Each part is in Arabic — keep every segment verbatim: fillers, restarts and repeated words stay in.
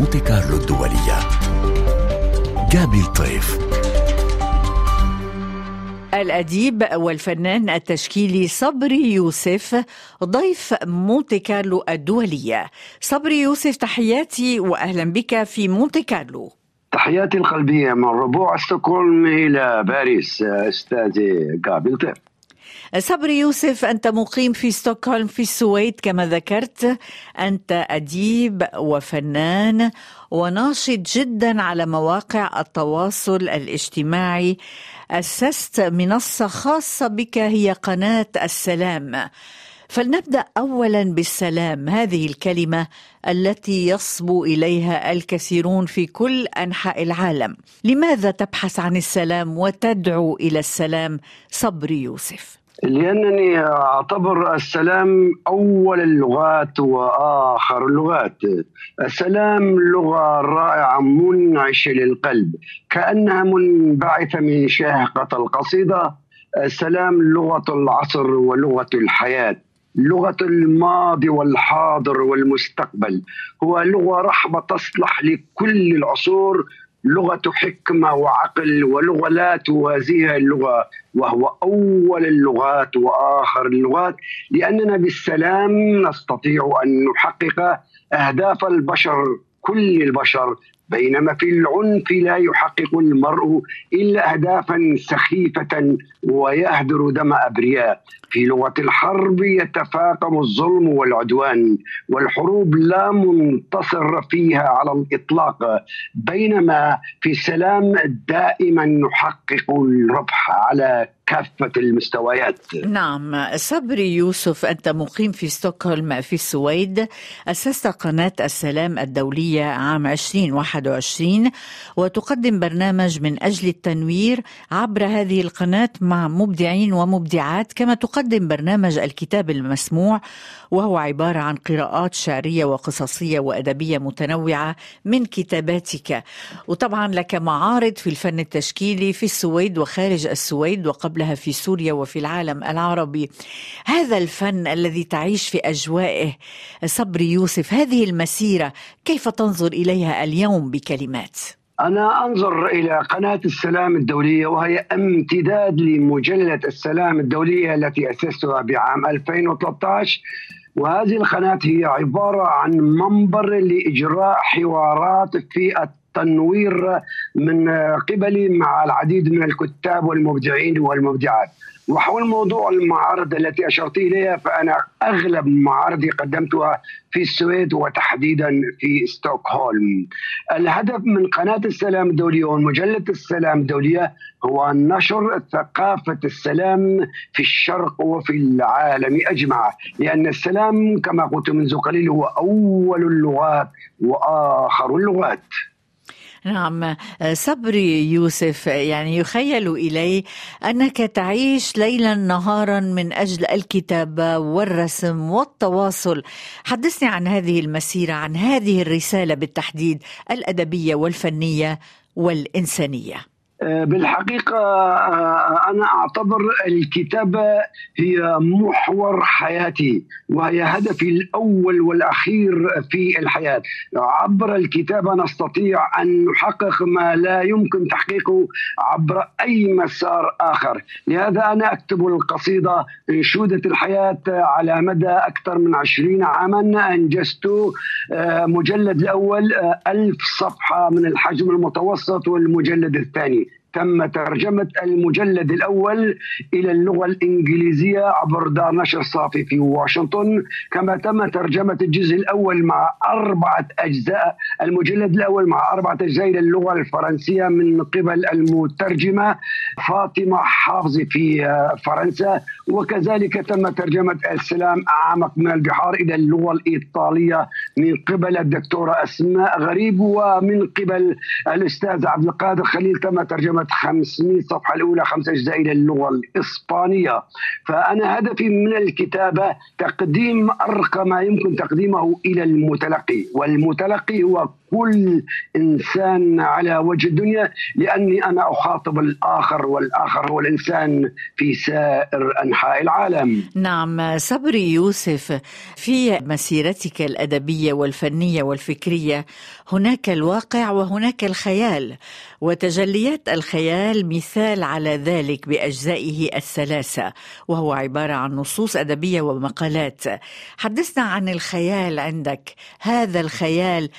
مونتي كارلو الدولية. جابي الطيف. الأديب والفنان التشكيلي صبري يوسف ضيف مونتي كارلو الدولية. صبري يوسف، تحياتي وأهلا بك في مونتي كارلو. تحياتي القلبية من ربوع ستوكهولم إلى باريس أستاذي جابي الطيف. صبري يوسف، أنت مقيم في ستوكهولم في السويد كما ذكرت. أنت أديب وفنان وناشط جدا على مواقع التواصل الاجتماعي. أسست منصة خاصة بك هي قناة السلام. فلنبدأ أولا بالسلام، هذه الكلمة التي يصبو إليها الكثيرون في كل أنحاء العالم. لماذا تبحث عن السلام وتدعو إلى السلام صبري يوسف؟ لأنني أعتبر السلام أول اللغات وآخر اللغات. السلام لغة رائعة منعشة للقلب، كأنها منبعثة من شاهقة القصيدة. السلام لغة العصر ولغة الحياة، لغة الماضي والحاضر والمستقبل. هو لغة رحبة تصلح لكل العصور، لغة حكمة وعقل، ولغة لا توازيها اللغة، وهو أول اللغات وآخر اللغات. لأننا بالسلام نستطيع أن نحقق أهداف البشر، كل البشر، بينما في العنف لا يحقق المرء إلا أهدافا سخيفة ويهدر دم أبرياء. في لغة الحرب يتفاقم الظلم والعدوان، والحروب لا منتصر فيها على الإطلاق، بينما في السلام دائما نحقق الربح على كافة المستويات. نعم. صبري يوسف، أنت مقيم في ستوكهولم في السويد. أسست قناة السلام الدولية عام عشرين واحد وعشرين وتقدم برنامج من أجل التنوير عبر هذه القناة مع مبدعين ومبدعات، كما تقدم برنامج الكتاب المسموع، وهو عبارة عن قراءات شعرية وقصصية وأدبية متنوعة من كتاباتك. وطبعا لك معارض في الفن التشكيلي في السويد وخارج السويد وقبلها في سوريا وفي العالم العربي. هذا الفن الذي تعيش في أجوائه صبري يوسف، هذه المسيرة كيف تنظر إليها اليوم بكلمات؟ أنا أنظر إلى قناة السلام الدولية وهي امتداد لمجلة السلام الدولية التي أسستها بعام ألفين وثلاثة عشر. وهذه القناة هي عبارة عن منبر لإجراء حوارات في التنوير من قبلي مع العديد من الكتاب والمبدعين والمبدعات. وحول موضوع المعارض التي أشرت إليها، فأنا أغلب معارضي قدمتها في السويد وتحديدا في ستوكهولم. الهدف من قناة السلام الدولية ومجلة السلام الدولية هو نشر ثقافة السلام في الشرق وفي العالم أجمع، لأن السلام كما قلت منذ قليل هو أول اللغات وآخر اللغات. نعم. صبري يوسف، يعني يخيل إلي أنك تعيش ليلا نهارا من أجل الكتابة والرسم والتواصل. حدثني عن هذه المسيرة، عن هذه الرسالة بالتحديد الأدبية والفنية والإنسانية. بالحقيقة أنا أعتبر الكتابة هي محور حياتي، وهي هدفي الأول والأخير في الحياة. عبر الكتابة نستطيع أن نحقق ما لا يمكن تحقيقه عبر أي مسار آخر. لهذا أنا أكتب القصيدة انشودة الحياة على مدى أكثر من عشرين عاما. أنجزت مجلد الأول ألف صفحة من الحجم المتوسط، والمجلد الثاني تم ترجمة المجلد الأول إلى اللغة الإنجليزية عبر دار نشر صافي في واشنطن، كما تم ترجمة الجزء الأول مع أربعة أجزاء، المجلد الأول مع أربعة أجزاء إلى اللغة الفرنسية من قبل المترجمة فاطمة حافظي في فرنسا. وكذلك تم ترجمة السلام أعمق من البحار إلى اللغة الإيطالية من قبل الدكتورة أسماء غريب، ومن قبل الأستاذ عبد القادر خليل تم ترجمة خمسمائة صفحة الأولى خمسة أجزاء إلى اللغة الإسبانية. فأنا هدفي من الكتابة تقديم أرقى ما يمكن تقديمه إلى المتلقي، والمتلقي هو كل إنسان على وجه الدنيا، لأني أنا أخاطب الآخر، والآخر هو الإنسان في سائر أنحاء العالم. نعم. صبري يوسف، في مسيرتك الأدبية الأدبية والفنية والفكرية هناك الواقع وهناك الخيال، وتجليات الخيال مثال على ذلك بأجزائه الثلاثة، وهو عبارة عن نصوص أدبية ومقالات. حدثنا عن الخيال عندك، هذا الخيال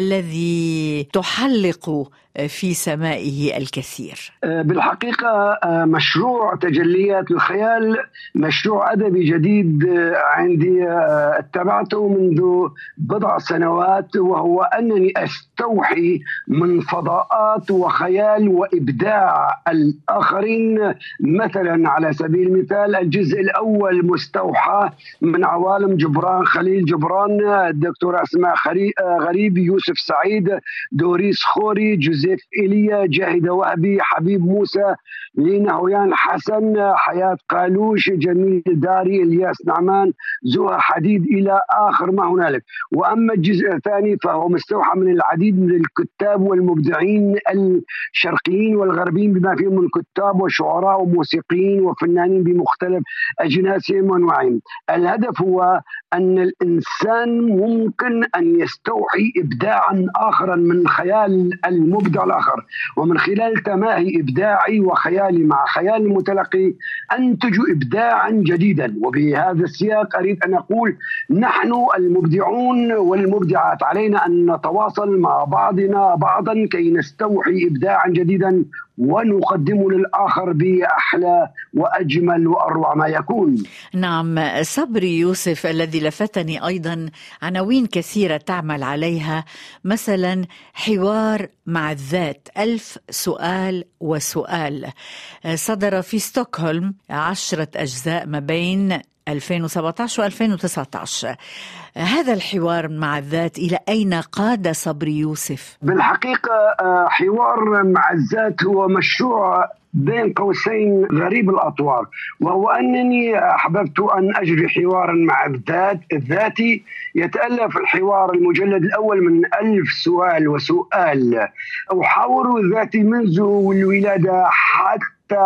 الذي تحلق في سمائه الكثير. بالحقيقة مشروع تجليات الخيال مشروع أدبي جديد عندي اتبعته منذ بضع سنوات، وهو أنني أستوحي من فضاءات وخيال وإبداع الآخرين. مثلا على سبيل المثال الجزء الأول مستوحى من عوالم جبران، خليل جبران، الدكتور أسماء غريب، يوسف سعيد، دوريس خوري، جوزيف إيليا، جاهدة وهبي، حبيب موسى، لينا هويان حسن، حياة قالوش، جميل داري، الياس نعمان، زوها حديد، إلى آخر ما هنالك. وأما الجزء الثاني فهو مستوحى من العديد من الكتاب والمبدعين الشرقيين والغربيين، بما فيهم من كتاب وشعراء وموسيقيين وفنانين بمختلف أجناسهم وأنواعهم. الهدف هو أن الإنسان ممكن أن يستوحي إبداعا آخرا من خيال المبدع الآخر، ومن خلال تماهي إبداعي وخيالي مع خيال المتلقي أنتج إبداعا جديدا. وبهذا السياق أريد أن أقول نحن المبدعون والمبدعات علينا أن نتواصل مع بعضنا بعضا كي نستوحي إبداعا جديدا ونقدمه للآخر بأحلى وأجمل وأروع ما يكون. نعم، صبري يوسف، الذي لفتني أيضا عناوين كثيرة تعمل عليها، مثلا حوار مع الذات، ألف سؤال وسؤال، صدر في ستوكهولم، عشرة أجزاء ما بين ألفين وسبعة عشر وألفين وتسعة عشر. هذا الحوار مع الذات إلى أين قاد صبري يوسف؟ بالحقيقة حوار مع الذات هو مشروع بين قوسين غريب الأطوار، وهو أنني أحببت أن أجري حوارا مع الذات الذاتي. يتألف الحوار المجلد الأول من ألف سؤال وسؤال، أحاور ذاتي منذ الولادة حتى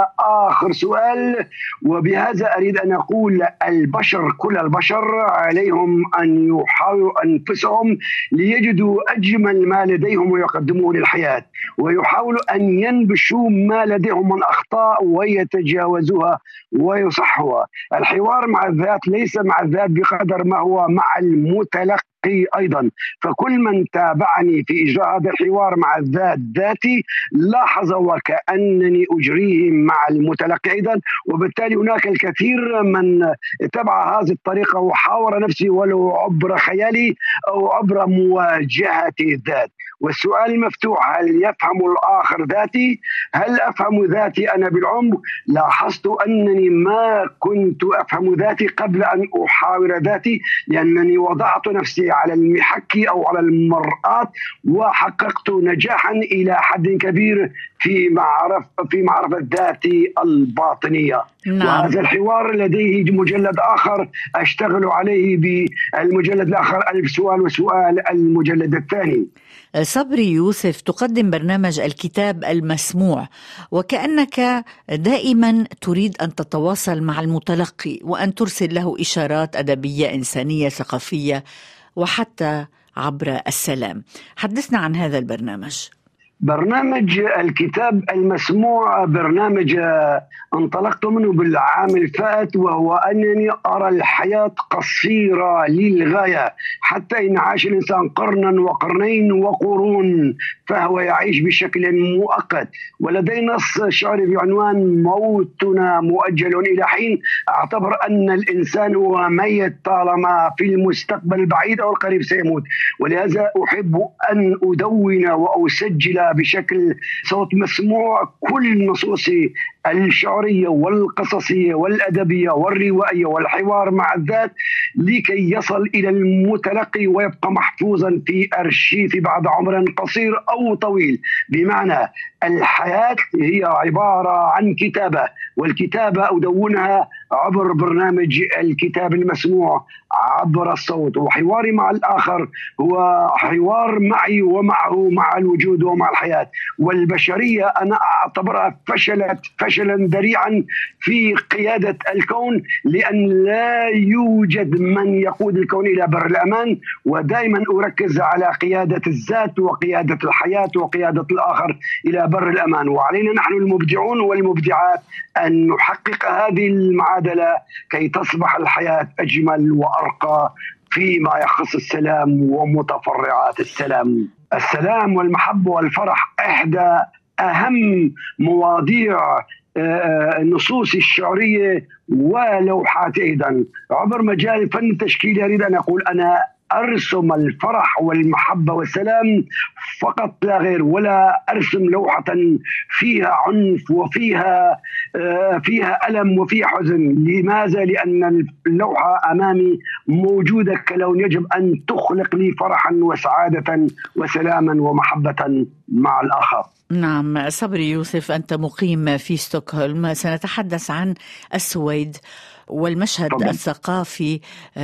آخر سؤال. وبهذا أريد أن أقول البشر، كل البشر عليهم أن يحاوروا أنفسهم ليجدوا أجمل ما لديهم ويقدموه للحياة، ويحاولوا أن ينبشوا ما لديهم من أخطاء ويتجاوزوها ويصحوها. الحوار مع الذات ليس مع الذات بقدر ما هو مع المتلقي أيضا. فكل من تابعني في إجراء هذا الحوار مع الذات ذاتي لاحظ وكأنني أجريه مع المتلقي أيضا، وبالتالي هناك الكثير من تبع هذه الطريقة وحاور نفسي ولو عبر خيالي أو عبر مواجهة الذات. والسؤال المفتوح: هل يفهم الآخر ذاتي؟ هل أفهم ذاتي أنا بالعمق؟ لاحظت أنني ما كنت أفهم ذاتي قبل أن أحاور ذاتي، لأنني وضعت نفسي على المحك أو على المرآة وحققت نجاحا إلى حد كبير في معرفة في معرفة ذاتي الباطنية. نعم. وهذا الحوار لديه مجلد آخر أشتغل عليه بالمجلد الآخر، ألف سؤال وسؤال، المجلد الثاني. صبري يوسف، تقدم برنامج الكتاب المسموع، وكأنك دائما تريد أن تتواصل مع المتلقي وأن ترسل له إشارات أدبية إنسانية ثقافية وحتى عبر السلام. حدثنا عن هذا البرنامج. برنامج الكتاب المسموع برنامج انطلقت منه بالعام الفات، وهو أنني أرى الحياة قصيرة للغاية، حتى إن عاش الإنسان قرنا وقرنين وقرون فهو يعيش بشكل مؤقت. ولدي نص شعري بعنوان موتنا مؤجل إلى حين. أعتبر أن الإنسان هو ميت طالما في المستقبل البعيد أو القريب سيموت، ولهذا أحب أن أدون وأسجل بشكل صوت مسموع كل نصوصي الشعرية والقصصية والأدبية والروائية والحوار مع الذات، لكي يصل إلى المتلقي ويبقى محفوظا في أرشيف بعد عمر قصير أو طويل. بمعنى الحياة هي عبارة عن كتابة، والكتابة أدونها عبر برنامج الكتاب المسموع عبر الصوت، وحواري مع الآخر هو حوار معي ومعه مع الوجود ومع الحياة. والبشرية أنا أعتبرها فشلت فشلا ذريعا في قيادة الكون، لأن لا يوجد من يقود الكون إلى بر الأمان. ودائما أركز على قيادة الذات وقيادة الحياة وقيادة الآخر إلى بر الأمان. وعلينا نحن المبدعون والمبدعات أن نحقق هذه المعادلة كي تصبح الحياة أجمل وأرقى فيما يخص السلام ومتفرعات السلام. السلام والمحبة والفرح إحدى أهم مواضيع النصوص الشعرية ولوحات أيضا. عبر مجال الفن التشكيلي أريد أن أقول أنا أرسم الفرح والمحبة والسلام فقط لا غير، ولا أرسم لوحة فيها عنف وفيها فيها ألم وفيها حزن. لماذا؟ لأن اللوحة أمامي موجودة كلون، يجب أن تخلق لي فرحا وسعادة وسلاما ومحبة مع الآخر. نعم صبري يوسف، أنت مقيم في ستوكهولم. سنتحدث عن السويد والمشهد طبعا. الثقافي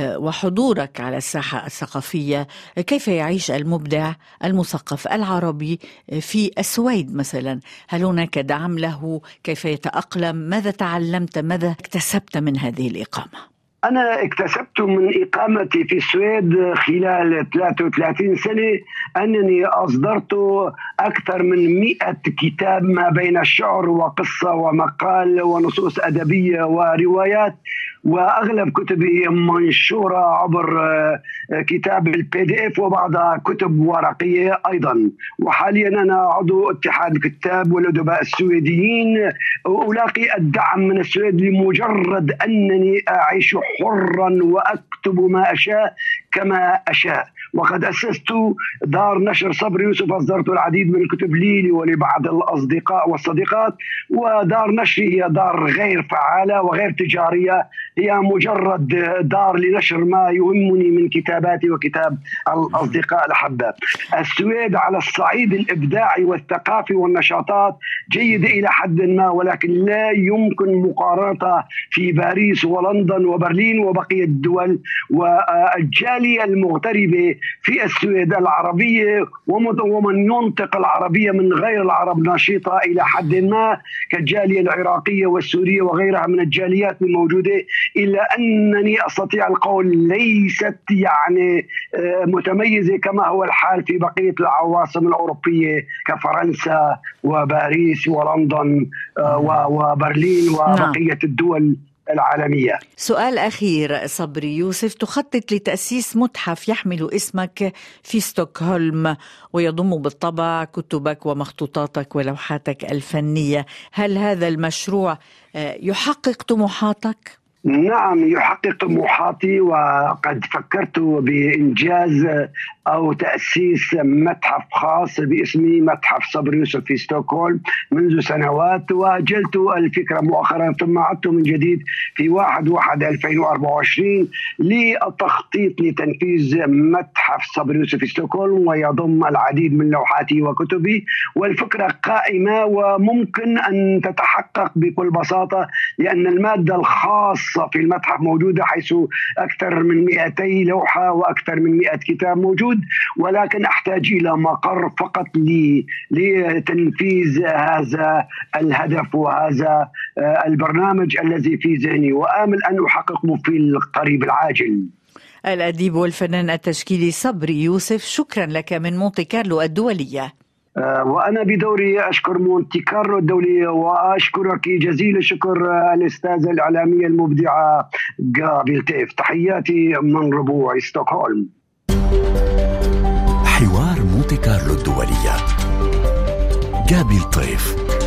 وحضورك على الساحة الثقافية. كيف يعيش المبدع المثقف العربي في السويد مثلا؟ هل هناك دعم له؟ كيف يتأقلم؟ ماذا تعلمت؟ ماذا اكتسبت من هذه الإقامة؟ أنا اكتسبت من إقامتي في السويد خلال ثلاثة وثلاثين سنة أنني أصدرت أكثر من مئة كتاب ما بين الشعر وقصة ومقال ونصوص أدبية وروايات، وأغلب كتبي منشورة عبر كتاب البي دي اف وبعضها كتب ورقية أيضا. وحاليا أنا عضو اتحاد الكتاب والأدباء السويديين، ألاقي الدعم من السويد لمجرد أنني أعيش حرا وأكتب ما أشاء كما أشاء. وقد أسست دار نشر صبري يوسف، أصدرت العديد من الكتب لي ولبعض الأصدقاء والصديقات. ودار نشري هي دار غير فعالة وغير تجارية، هي مجرد دار لنشر ما يهمني من كتاباتي وكتاب الأصدقاء الأحباء. السويد على الصعيد الإبداعي والثقافي والنشاطات جيدة إلى حد ما، ولكن لا يمكن مقارنتها في باريس ولندن وبرلين وبقية الدول. والجالية المغتربة في السويد العربية ومن ينطق العربية من غير العرب نشيطة إلى حد ما، كالجالية العراقية والسورية وغيرها من الجاليات الموجودة، إلا أنني أستطيع القول ليست يعني متميزة كما هو الحال في بقية العواصم الأوروبية كفرنسا وباريس ولندن وبرلين وبقية الدول العالمية. سؤال أخير صبري يوسف، تخطط لتأسيس متحف يحمل اسمك في ستوكهولم ويضم بالطبع كتبك ومخطوطاتك ولوحاتك الفنية. هل هذا المشروع يحقق طموحاتك؟ نعم يحقق طموحاتي، وقد فكرت بإنجاز أو تأسيس متحف خاص باسمي، متحف صبري يوسف في ستوكهولم منذ سنوات، وأجلت الفكرة مؤخرا ثم عدت من جديد في واحد واحد ألفين وأربعة وعشرين للتخطيط لتنفيذ متحف صبري يوسف في ستوكهولم، ويضم العديد من لوحاتي وكتبي. والفكرة قائمة وممكن أن تتحقق بكل بساطة، لأن المادة الخاصة في المتحف موجودة، حيث أكثر من مئتي لوحة وأكثر من مئة كتاب موجود، ولكن أحتاج إلى مقر فقط لتنفيذ هذا الهدف وهذا البرنامج الذي في ذهني، وآمل أن أحققه في القريب العاجل. الأديب والفنان التشكيلي صبري يوسف، شكرا لك من مونتي كارلو الدولية. وأنا بدوري أشكر مونتي كارلو الدولية، وأشكرك جزيل الشكر الأستاذة الإعلامية المبدعة غابيل تيف. تحياتي من ربوع ستوكهولم. حوار مونتي كارلو الدولية، غابيل تيف.